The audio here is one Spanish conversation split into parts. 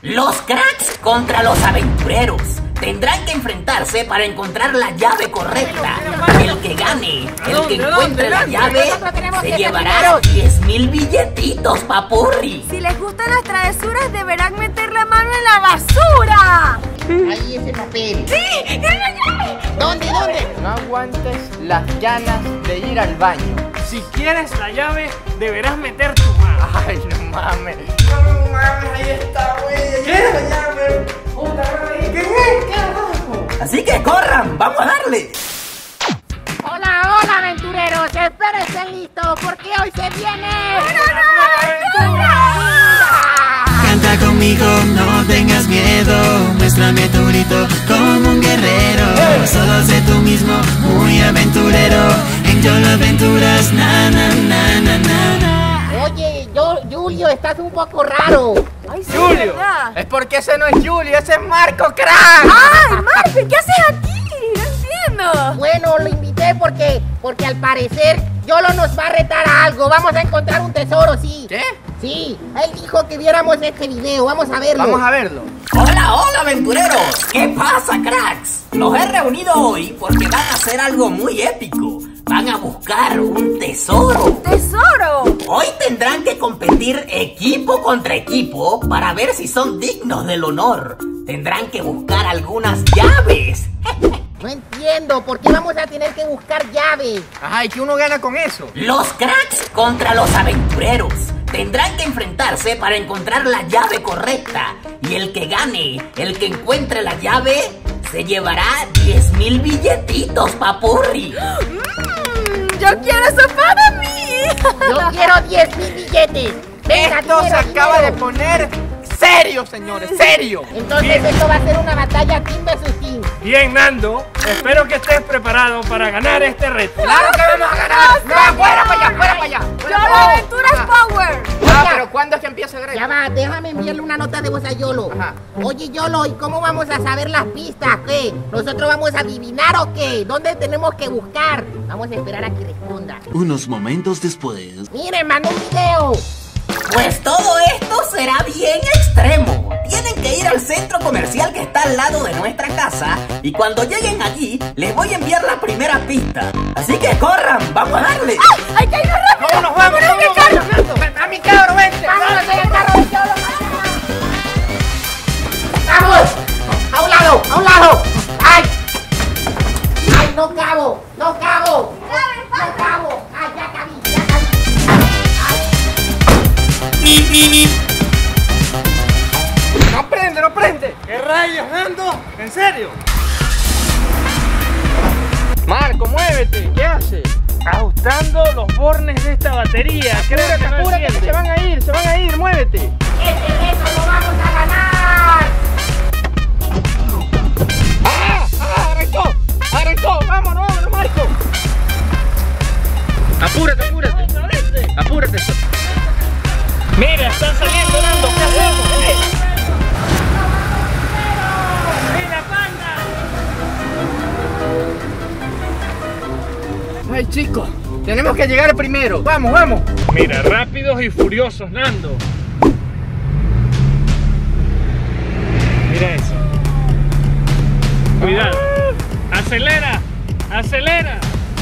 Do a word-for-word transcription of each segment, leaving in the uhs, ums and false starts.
Los cracks contra los aventureros. Tendrán que enfrentarse para encontrar la llave correcta. El que gane, el que encuentre la llave, se llevará diez mil billetitos, papurri. Si les gustan las travesuras, deberán meter la mano en la basura. Ahí ese papel. ¡Sí! ¡Es la llave! ¿Dónde, dónde? No aguantes las ganas de ir al baño. Si quieres la llave, deberás meter tu mano. Ay, no mames. No mames, ahí está, güey. ¿Qué? La llave. Puta madre. ¿Qué es? ¿Qué hago? Así que corran, vamos a darle. Hola, hola, aventureros. Espérense listos porque hoy se viene ¡Una nueva aventura! Canta conmigo, no tengas miedo. Muéstrame tu grito como un guerrero. Solo sé tú mismo, muy aventurero. En Yolo Aventuras, na na na na na na. Oye, yo, Julio, estás un poco raro. Ay, sí, Julio. ¿verdad? Es porque ese no es Julio, ese es Marco Crack. ¡Ay, Marco! ¿Qué haces aquí? No entiendo. Bueno, lo invité porque, porque al parecer Yolo nos va a retar a algo. Vamos a encontrar un tesoro, sí. ¿Qué? Sí, él dijo que viéramos este video. Vamos a verlo. Vamos a verlo. Hola, hola, aventureros. ¿Qué pasa, cracks? Los he reunido hoy porque van a hacer algo muy épico. Van a buscar un tesoro. ¡Tesoro! Hoy tendrán que competir equipo contra equipo para ver si son dignos del honor. Tendrán que buscar algunas llaves. No entiendo, ¿por qué vamos a tener que buscar llaves? Ajá, ¿y qué uno gana con eso? Los cracks contra los aventureros. Tendrán que enfrentarse para encontrar la llave correcta. Y el que gane, el que encuentre la llave, se llevará diez mil billetitos, papurri. Mm, ¡Yo quiero eso para mí! Yo quiero diez mil billetes. Venga, Esto se dinero, acaba dinero. de poner serio, señores, serio. Entonces esto va a ser una batalla team versus team. Bien, Nando. Espero que estés preparado para ganar este reto. ¡Claro que vamos a ganar! ¡No, fuera para allá, fuera para allá! fuera ¡Yolo para allá! Aventuras Ajá. Power! Ah, pero ¿cuándo es que empieza el reto? Ya va, déjame enviarle una nota de voz a Yolo. Ajá. Oye, Yolo, ¿y cómo vamos a saber las pistas? ¿Qué? ¿Nosotros vamos a adivinar o qué? ¿Dónde tenemos que buscar? Vamos a esperar a que responda. Unos momentos después. Miren, mandó un video. Pues todo esto será bien extremo. Tienen que ir al centro comercial que está al lado de nuestra casa y cuando lleguen allí les voy a enviar la primera pista. Así que corran, vamos a darle. ¡Ay! ¡Hay que irnos rápido! ¡Vámonos, vamos! ¡Vámonos en el carro! ¡Vamos! ¡A mi carro, vente! ¡Vámonos en el carro de Yolo! ¡Vamos! ¡A un lado! ¡A un lado! ¡Ay! ¡Ay, no cabo! ¡No cabo! ¡No cabo! ¡Ay, ya cabí! ¡Ya cabí! ¡No prende, no prende! ¿Qué rayos, Nando? ¿En serio? Marco, muévete, ¿qué haces? Ajustando los bornes de esta batería. Creo que Apúrate, no apúrate, que enciende. se van a ir, se van a ir, muévete. ¡Este reto lo vamos a ganar! ¡Ah! ¡Ah! ¡Arrancó! ¡Arrancó! ¡Vámonos, vámonos, Marco! Apúrate, apúrate. Apúrate. Mira, están saliendo, Nando. ¿Qué hacemos? ¡Eh! ¡Mira, panda! Ay, chicos, tenemos que llegar primero. Vamos, vamos. Mira, rápidos y furiosos, Nando. Mira eso. Cuidado. Acelera. Acelera.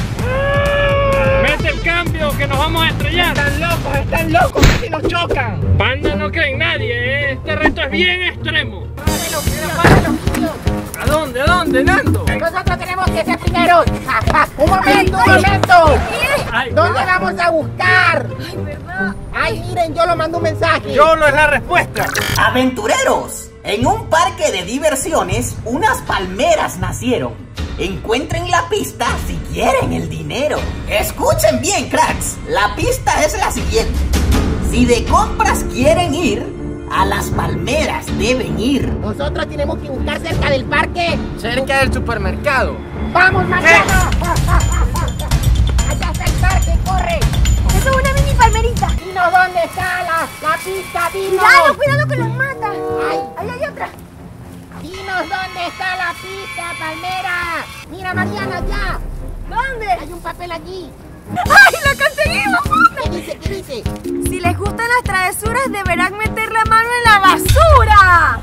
Mete el cambio que nos vamos a estrellar. Están locos, están locos, casi nos chocan. Panda no cree en nadie, ¿eh? Este reto es bien extremo. ¡Páralo, páralo, Julio! ¿A dónde? ¿A dónde, Nando? Nosotros tenemos que ser primeros. ¡Un momento, un momento! Ay, ¿Dónde vamos a buscar? ¡Ay, verdad! Ay, miren, yo lo mando un mensaje. Yolo es la respuesta. Aventureros, en un parque de diversiones unas palmeras nacieron. Encuentren la pista si quieren el dinero. Escuchen bien, cracks. La pista es la siguiente. Si de compras quieren ir, a las palmeras deben ir. Nosotros tenemos que buscar cerca del parque. Cerca del supermercado. ¡Vamos, Mariano! Allá está el parque, corre. ¡Eso es una mini palmerita! Dinos dónde está la, la pista, dinos. ¡Cuidado, cuidado que los mata! Ay. ¡Ahí hay otra! Dinos dónde está la pista, palmera. Mira, Mariana, allá. ¿Dónde? Hay un papel allí. ¡Ay, lo conseguimos! ¿Qué dice? ¿Qué dice? Si les gustan las travesuras, deberán meter la mano en la basura.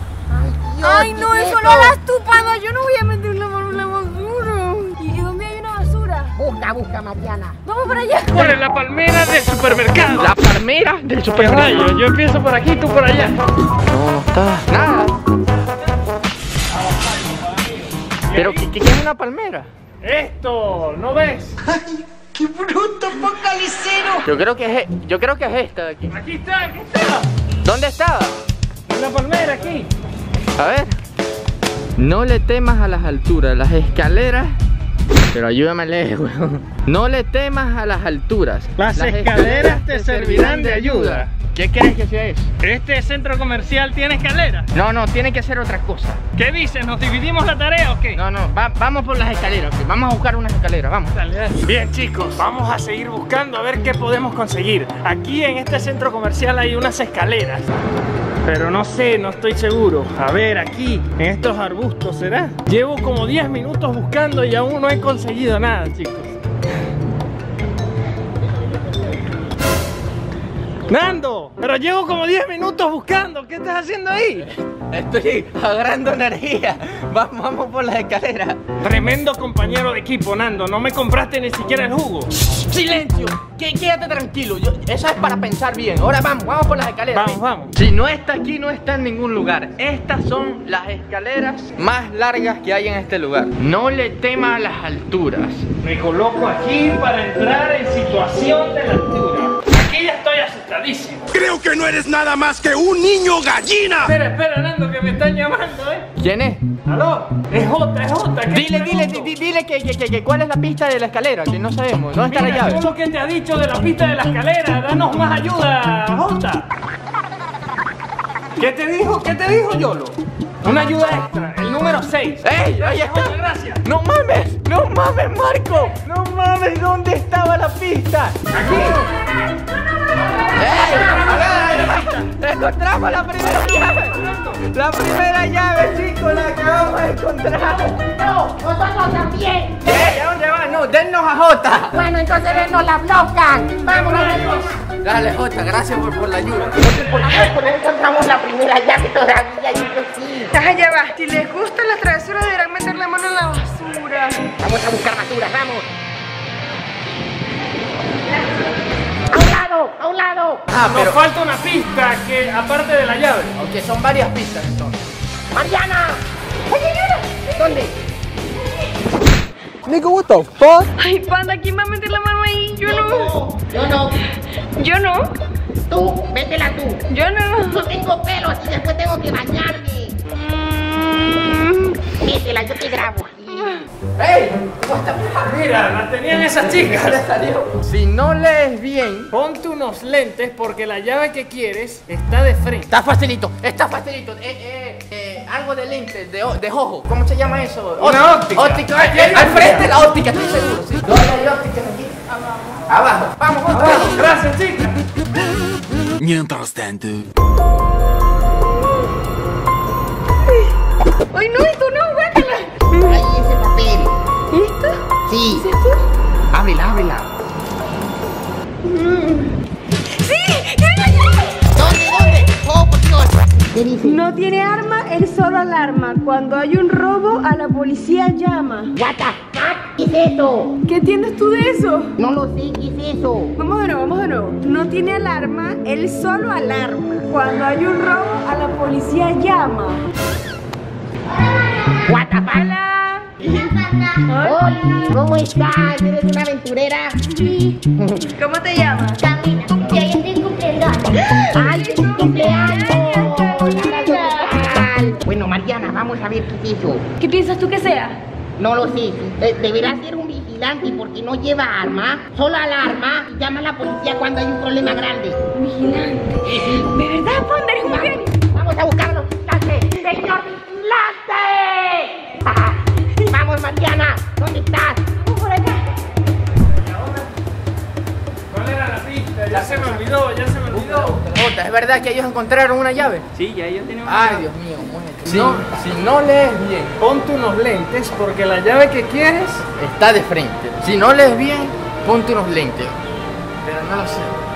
Déjalas tú, Panda. Yo no voy a meter la mano en la basura. ¿Y dónde hay una basura? Busca, busca, Mariana. Vamos para allá. Por la palmera del supermercado. La palmera del supermercado. Yo, yo empiezo por aquí, tú por allá. No, no está nada. Pero ¿qué, qué es una palmera? Esto, ¿no ves? ¡Qué bruto, focalicero! Yo creo que es, yo creo que es esta de aquí. Aquí está, aquí está. ¿Dónde estaba? En la palmera, aquí. A ver. No le temas a las alturas, las escaleras. Pero ayúdame a leer, weón. No le temas a las alturas. Las escaleras te servirán de ayuda. ¿Qué crees que sea eso? ¿Este centro comercial tiene escaleras? No, no, tiene que ser otra cosa. ¿Qué dices? ¿Nos dividimos la tarea o qué? No, no, va- vamos por las escaleras, ok. Vamos a buscar unas escaleras, vamos. Dale, dale. Bien, chicos, vamos a seguir buscando a ver qué podemos conseguir. Aquí en este centro comercial hay unas escaleras, pero no sé, no estoy seguro. A ver, aquí, en estos arbustos, ¿será? Llevo como diez minutos buscando y aún no he conseguido nada, chicos. ¡Nando! Pero llevo como diez minutos buscando. ¿Qué estás haciendo ahí? Estoy agarrando energía. Vamos, vamos por las escaleras. Tremendo compañero de equipo, Nando. No me compraste ni siquiera el jugo. ¡Silencio! Qué- Quédate tranquilo. Yo- eso es para pensar bien. Ahora vamos, vamos por las escaleras. Vamos, vamos. Si no está aquí, no está en ningún lugar. Estas son las escaleras más largas que hay en este lugar. No le temas a las alturas. Me coloco aquí para entrar en situación de la altura. Aquí ya estoy asustadísimo. Creo que no eres nada más que un niño gallina. Espera, espera, Nando, que me están llamando, ¿eh? ¿Quién es? ¿Aló? Es Jota, es Jota. ¿qué Dile, te dile, pregunto? di- dile que, que, que, que cuál es la pista de la escalera, que no sabemos. ¿Dónde está la Mira, llave? todo lo que te ha dicho de la pista de la escalera. Danos más ayuda, Jota. ¿Qué te dijo? ¿Qué te dijo, Yolo? Una ayuda extra, el número seis. ¡Ey! ¡Ahí está! Jota, gracias. ¡No mames! ¡No mames, Marco! ¡No mames! ¿Dónde estaba la pista? Aquí. ¡Ey! ¡Agarra! ¡Encontramos la primera llave! ¡La primera llave, chicos! ¡La acabamos de encontrar! No, nosotros también. ¡Ey! ¿A dónde van? No, dennos a Jota. Bueno, entonces él nos la bloquean. Vámonos. Dale, Jota, gracias por, por la ayuda. ¿Por qué? Porque no encontramos la primera llave todavía. Yo creo que sí. Ah, ya va. Si les gustan las travesuras, deberán meter la mano en la basura. Vamos a buscar basura, vamos. A un lado, a un lado. Ah, Nos falta una pista que, aparte de la llave. Ok, son varias pistas entonces. Mariana. ¿Dónde? Nico, what the fuck? Ay, Panda, ¿quién va a meter la mano ahí? Yo no. Yo no. Yo no. Tú, métela tú. Yo no. No tengo pelos y después tengo que bañarme. Mm. Métela, yo te grabo. ¡Ey! What the fuck? Mira, las tenían esas chicas. Si no lees bien, Ponte unos lentes porque la llave que quieres está de frente. está facilito, está facilito. Eh, eh, eh, algo de lentes, de, o- de ojo. ¿Cómo se llama eso? Una óptica. Óptica. Eh, eh, al frente la óptica, estoy seguro. Sí. ¿Dónde hay óptica aquí? Abajo. Vamos, vamos, vamos. Gracias, chicas. Mientras tanto. Ay, no, esto no, guácala. Ahí ese papel. ¿Esto? Sí. ¿Es esto? Ábrela, ábrela. ¡Sí! ¡Tiene la llave! ¿Dónde, dónde? Oh, por Dios. ¿Qué dice? No tiene arma, él solo alarma. Cuando hay un robo, a la policía llama. What the fuck? ¿Qué es eso? ¿Qué entiendes tú de eso? No lo sé, ¿qué es eso? Vamos de nuevo, vamos de nuevo. No tiene alarma, él solo alarma. Cuando hay un robo, a la policía llama. What the fuck? Hola. Hola, ¿cómo estás? ¿Eres una aventurera? Sí. ¿Cómo te llamas? Camila, que hoy estoy cumpliendo años. ¡Ay, tu cumpleaños! Bueno, Mariana, vamos a ver qué es eso. ¿Qué piensas tú que sea? No lo sé. Eh, deberá ser un vigilante porque no lleva arma, solo alarma y llama a la policía cuando hay un problema grande. Vigilante. Sí, sí. ¿De verdad, Panda? Eres un genio. Vamos a buscarlo. ¡Vigilante! ¡Señor vigilante! Vamos, Mariana. ¿Dónde estás? Vamos por acá. ¿Cuál era la pista? Ya se me olvidó, ya se me olvidó. Jota, ¿es verdad que ellos encontraron una llave? Sí, ya yo tenía Ay, Dios mío, muévete. Si no, si no lees bien, Ponte unos lentes porque la llave que quieres. está de frente. Si no lees bien, ponte unos lentes. Pero no lo sé.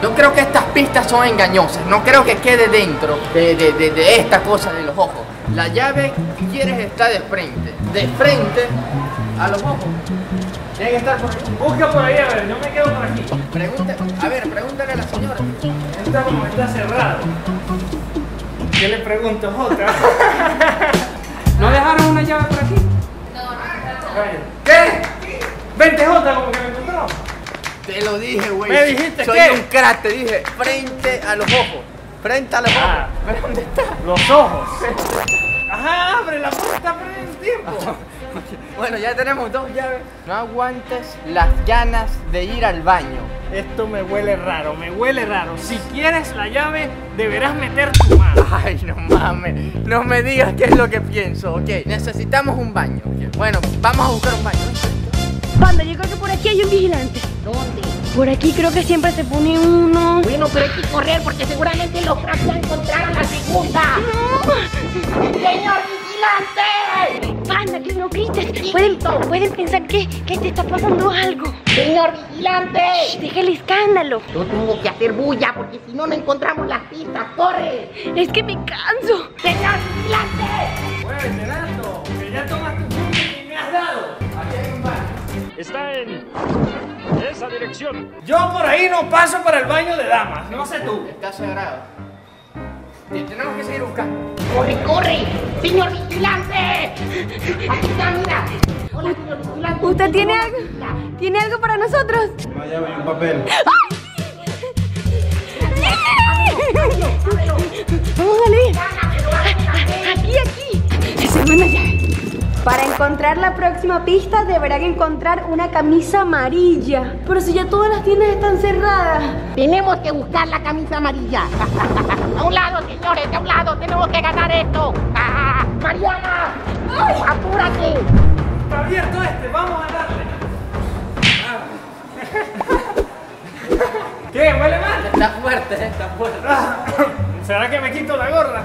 Yo creo que estas pistas son engañosas. No creo que quede dentro de, de, de, de esta cosa de los ojos. La llave quieres estar de frente. De frente a los ojos. Tiene que estar por aquí. Busca por ahí, a ver, yo me quedo por aquí. Pregunta, a ver, pregúntale a la señora. Está como está cerrado. ¿Qué le pregunto, Jota? ¿No dejaron una llave por aquí? ¿Qué? Vente, Jota, como que me encontró. Te lo dije, güey. ¿Me dijiste Soy qué? un crack, te dije. Frente a los ojos. Frente a los Ah. ojos. ¿Pero dónde está? Los ojos. Ajá, abre la puerta, pero en tiempo. Bueno, ya tenemos dos llaves. No aguantes las ganas de ir al baño. Esto me huele raro, me huele raro. Si quieres la llave, deberás meter tu mano. Ay, no mames. No me digas qué es lo que pienso. Ok, necesitamos un baño. Bueno, vamos a buscar un baño. Panda, yo creo que por aquí hay un vigilante. ¿Dónde? Por aquí creo que siempre se pone uno. Bueno, pero hay que correr porque seguramente los cracks ya encontraron la segunda. ¡Señor vigilante! Panda, que no grites. Pueden, pueden pensar que, que te está pasando algo. ¡Señor vigilante! Deja el escándalo. Yo tengo que hacer bulla porque si no, no encontramos las pistas. ¡Corre! Es que me canso. ¡Señor vigilante! Muévete, Nando, que ya tomaste un punto y me has dado. Aquí hay un baño. Está en esa dirección. Yo por ahí no paso para el baño de damas, no sé tú. Está cerrado. Y tenemos que seguir buscando. ¡Corre, corre! ¡Señor vigilante! Aquí está, mira. Hola, señor vigilante. ¿Usted tiene algo? ¿Tiene algo para nosotros? Una llave y un papel. Vamos a salir. Aquí, aquí. Segunda llave. Para encontrar la próxima pista deberán encontrar una camisa amarilla. Pero si ya todas las tiendas están cerradas. Tenemos que buscar la camisa amarilla. A un lado, señores, de un lado. Tenemos que ganar esto. Ah, ¡Mariana! ¡Ay, apúrate! Está abierto este, vamos a darle. ¿Qué? ¿Huele mal? Está fuerte, está fuerte. ¿Será que me quito la gorra?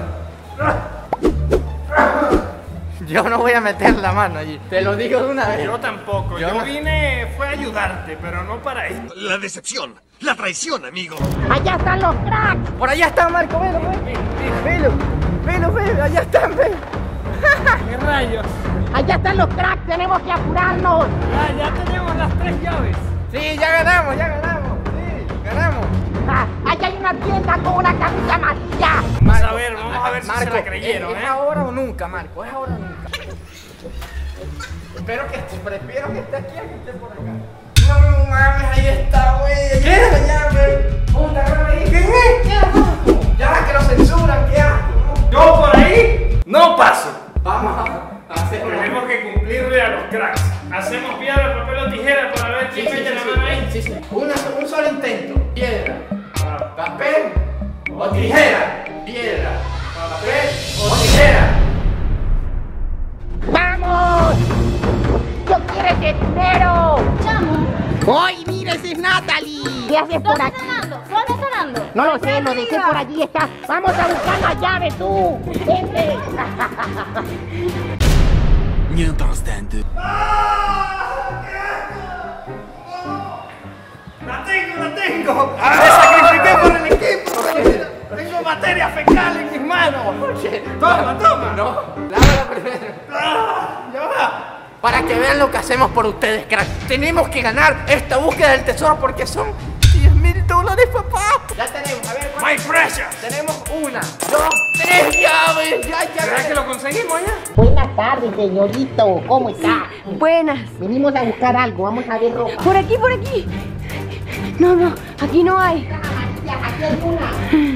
Yo no voy a meter la mano allí. Te lo digo de una vez. Yo tampoco. Yo Yo no- vine, fue a ayudarte, pero no para esto. La decepción, la traición, amigo. ¡Allá están los cracks! Por allá está Marco, velo, velo. Velo, velo, velo, allá están, velo. ¿Qué rayos? ¡Allá están los cracks! ¡Tenemos que apurarnos! Ya, ya tenemos las tres llaves. Sí, ya ganamos, ya ganamos. Sí, ganamos. Ah, ¡allá hay una tienda con una camisa amarilla! Vamos a ver, vamos a ver si Marco, se la creyeron, ¿es, es ¿eh? ahora o nunca, Marco? ¿Es ahora o nunca? Espero que esté, prefiero que esté aquí a que esté por acá. No mames, ahí está, güey. Ahí ¿Qué? está la llave. Puta, ahí. ¿Qué es? ¿Qué asco? Ya que lo censuran, qué asco. Yo por ahí no paso. Vamos a hacerlo. Tenemos que cumplirle a los cracks. Hacemos piedra, papel o tijera para ver quién mete la mano ahí. Sí, sí. Una, un solo intento. Piedra, papel o tijera. Piedra, papel o tijera. ¡Vamos! ¡Yo quiero ese dinero! ¡Chamo! ¡Ay, mira, ese es Natalie! ¿Qué haces por aquí? sonando? ¿Dónde está sonando? No lo sé, lo dejé por allí, está. ¡Vamos a buscar la llave, tú! ¡Vente! Mientras tanto. ¡La tengo, la tengo! ¡Me sacrifiqué por el equipo! Tengo materia fecal en mis manos. Toma, toma. No, lávalo primero. Ah, ya va. Para que vean lo que hacemos por ustedes, crack. Tenemos que ganar esta búsqueda del tesoro porque son diez mil dólares, papá. Ya tenemos, a ver, My precious. tenemos una, dos, tres llaves. Ya, ya. ¿Será que lo conseguimos ya? Buenas tardes, señorito. ¿Cómo está? Buenas. Venimos a buscar algo. Vamos a ver ropa. Por aquí, por aquí. No, no, aquí no hay. Aquí hay una.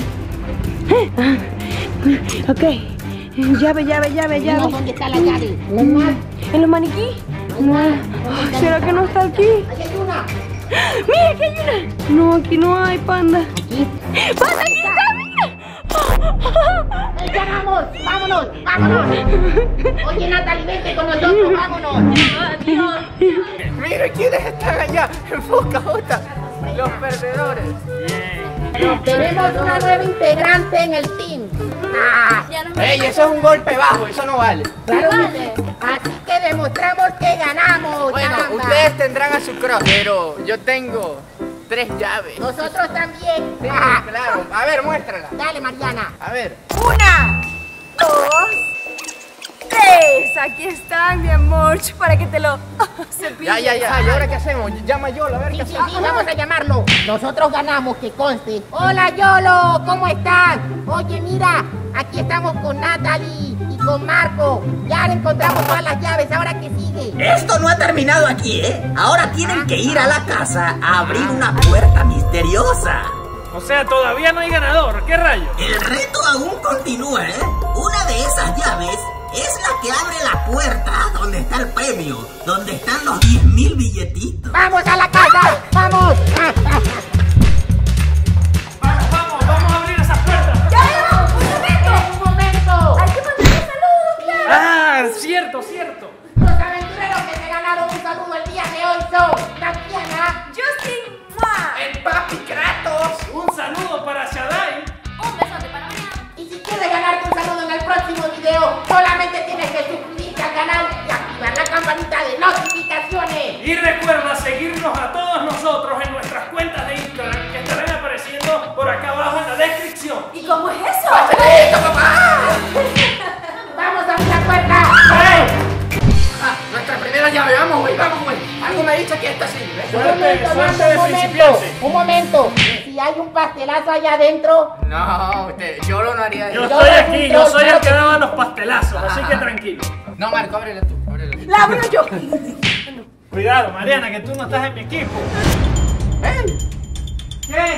Ok. Llave, llave, llave, Dinos llave. dónde está la llave. No hay más. ¿En los maniquí? No. ¿Será que no está aquí? Aquí hay una. ¡Mira, aquí hay una! No, aquí no hay, panda. Aquí. ¡Panda, aquí está! ¡Mira! ¡Eh, ya vamos! ¡Vámonos! ¡Vámonos! Oye, Natalie, vente con nosotros. ¡Vámonos! Mira quiénes están allá. Enfoca, Jota. Los perdedores. Tenemos una nueva integrante en el team. Ah, Ey, eso es un golpe bajo, eso no vale. claro que sí. Así que demostramos que ganamos. Bueno, caramba. ustedes tendrán a su cross, pero yo tengo tres llaves. Nosotros también. Sí, Ah, claro. A ver, muéstrala. Dale, Mariana. A ver. Una, dos, tres. Aquí están, mi amor, para que te lo cepilles. Ya, ya, ya. ¿Y ahora qué hacemos? Llama a Yolo, a ver Sí, qué sí, hacemos. sí, vamos a llamarlo. Nosotros ganamos, que conste. Hola, Yolo, ¿cómo estás? Oye, mira, aquí estamos con Natalie y con Marco. Ya encontramos todas las llaves, ¿ahora qué sigue? Esto no ha terminado aquí, ¿eh? Ahora tienen que ir a la casa a abrir una puerta misteriosa. O sea, todavía no hay ganador. ¿Qué rayos? El reto aún continúa, ¿eh? Una de esas llaves es la que abre la puerta donde está el premio, donde están los diez mil billetitos. ¡Vamos a la casa! ¡Vamos! Vamos, vamos, vamos a abrir esas puertas. ¡Ya, ya! ¡Un momento! ¡Un momento! ¡Hay que mandar un saludo, claro! Ah, cierto, cierto. Los aventureros que se ganaron un saludo el día de hoy son Tatiana, Justin, ¡mua! ¡El papi Kratos! Un saludo para Shaddai. Un besote para mañana. y si quieres ganarte un saludo en el próximo video, solamente tienes que suscribirte al canal y activar la campanita de notificaciones. Y recuerda seguirnos a todos nosotros en nuestras cuentas de Instagram que estarán apareciendo por acá abajo en la descripción. ¿Y cómo es eso? ¡Vamos a abrir la puerta! Ah, nuestra primera llave. Vamos, güey, vamos, güey. Algo me ha dicho que esta sirve. Un Suerte, momento, suerte de un momento, principiante. un momento. Si hay un pastelazo allá adentro, No, usted, Yolo no haría Yo eso. estoy aquí, yo soy el que daba los pastelazos, así que tranquilo. No, Marco, ábrela tú, ábrela tú. La abro yo. Cuidado, Mariana, que tú no estás en mi equipo. ¡Ey! ¿Qué?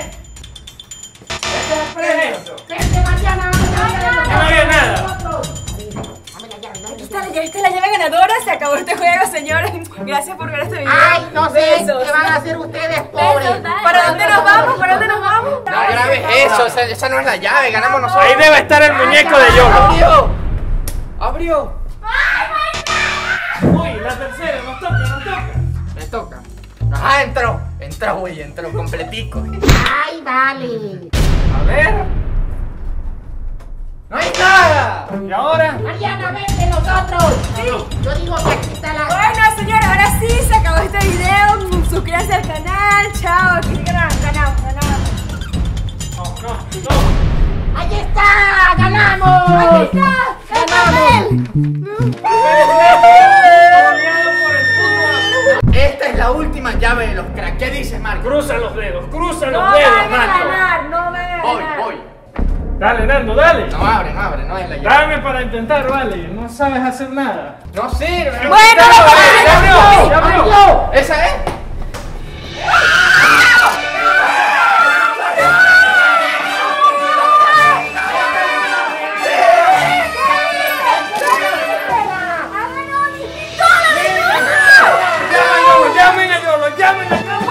¿Qué es esto? vente, Mariana, vamos a ver. No había nada. Dame la llave, dame la Esta, ya esta es la llave ganadora. Se acabó este juego, señores. Gracias por ver este video. Ay, no sé Besos. qué van a hacer ustedes, pobres. ¿Para dónde nos vamos? ¿Para dónde nos vamos? No grabes eso, esa, esa no es la llave, ganamos nosotros. Ahí debe estar el muñeco de Yolo. ¡Abrió! ¡Abrió! Uy, la tercera, nos toca, nos toca. Me toca. Ajá, entró. Entró, güey, entró completico. Ay, vale. A ver. ¡No hay nada! ¿Y ahora? Mariana, vente nosotros. Sí. Yo digo que aquí está la... Bueno, señores, ahora sí se acabó este video. Suscríbanse al canal. Chao. Que ganamos, ganamos, ganamos. No, no, no. ¡Ahí está! ¡Ganamos! ¡Ahí está! ¡Ganamos! Goleado por el puto. Esta es la última llave de los cracks. ¿Qué dices, Marco? Cruza los dedos, cruza No los van dedos, a Nando. ganar, no van a Voy, ganar. voy. Dale, Nando, dale. No abre, no abre, no es la llave. Dame para intentar, vale. No sabes hacer nada. No sirve. Bueno, ya no, abrió, no, ya no, abrió. ¿Esa es? Llamen a Yolo, llamen a Yolo.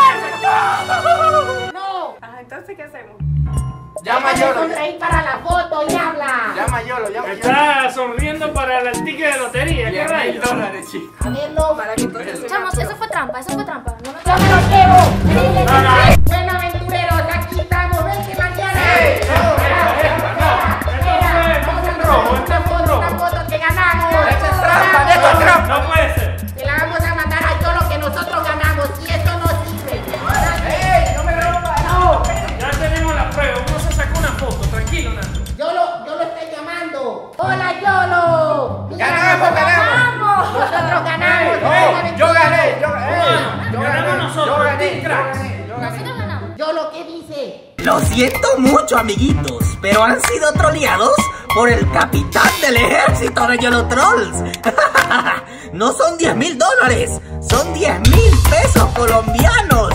¡No! Ah, entonces, ¿qué hacemos? Llama a Déjame Yolo. sonreír para la foto y habla. Llama a Yolo, llama a Yolo. Está sonriendo para el ticket de lotería. ¿Qué diez mil rayos? dólares, chico. A verlo. Para que entonces... Chamos, eso fue trampa, eso fue trampa. No me ¡Yo me lo llevo! No, no. Bueno, aventureros, aquí estamos. Vente, Mariana. ¡Ey! Vamos a tomar una foto, una foto que ganamos. Esa es trampa, esa es trampa. No puede ser. Se la vamos a mandar a Yolo que nosotros ganamos y esto no sirve. ¡Ey! ¡No me rompas! No, Ya tenemos la prueba. Uno se sacó una foto. Tranquilo, Nando. Yolo, yo lo estoy llamando. Hola, Yolo. Mira, ¡Ganamos, ganamos! nosotros ganamos. No, yo gané, yo gané. Yo Ganamos gané, nosotros, yo gané, Team yo Cracks. gané, yo gané. Nosotros ganamos. Yolo, ¿qué dice? Lo siento mucho, amiguitos, pero han sido troleados por el capitán del ejército de Yolo Trolls. No son diez mil dólares, son diez mil pesos colombianos.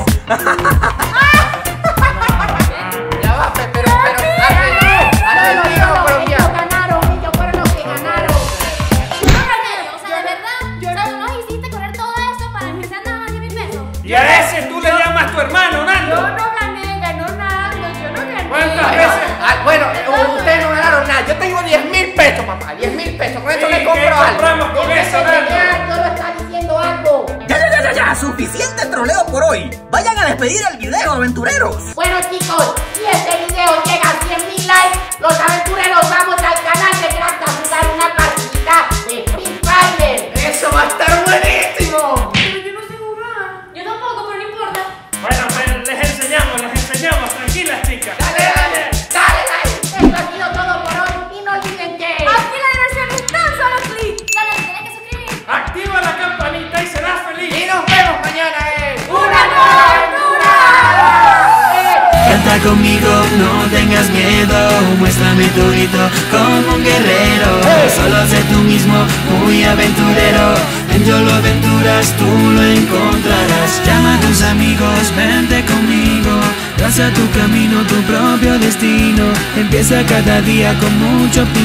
Ya va, pe- pero, pero, argentino, argentino, Yolo, colombiano. ellos ganaron, ellos fueron los que ganaron. Yo no gané, o sea, de verdad. O sea, tú nos hiciste correr todo eso para que sean nada más de mil pesos. Y a ese tú le llamas tu hermano, Yo Nando. no gané, ganó Nando, yo no gané. ¿Cuántas Bueno, veces? ah, bueno, ustedes no ganaron nada. Yo tengo diez mil pesos, papá. diez mil pesos. Con esto ¿Y me qué compro algo. compramos con eso, Nando? Ya, Yolo está diciendo algo. Ya, ya, ya, ya, ya, suficiente troleo por hoy. Vayan a despedir el video, aventureros. Bueno, chicos, si este video llega a cien mil likes, los aventureros vamos al canal de Cracks a jugar una partida de Free Fire. Eso va a estar buenísimo. Pero yo no sé jugar. Yo tampoco, pero no importa. Bueno, pero les Empieza conmigo, no tengas miedo, muéstrame tu grito como un guerrero. Solo sé tú mismo, muy aventurero. En Yolo Aventuras tú lo encontrarás. Llama a tus amigos, vente conmigo. Traza tu camino, tu propio destino. Empieza cada día con mucho optimismo.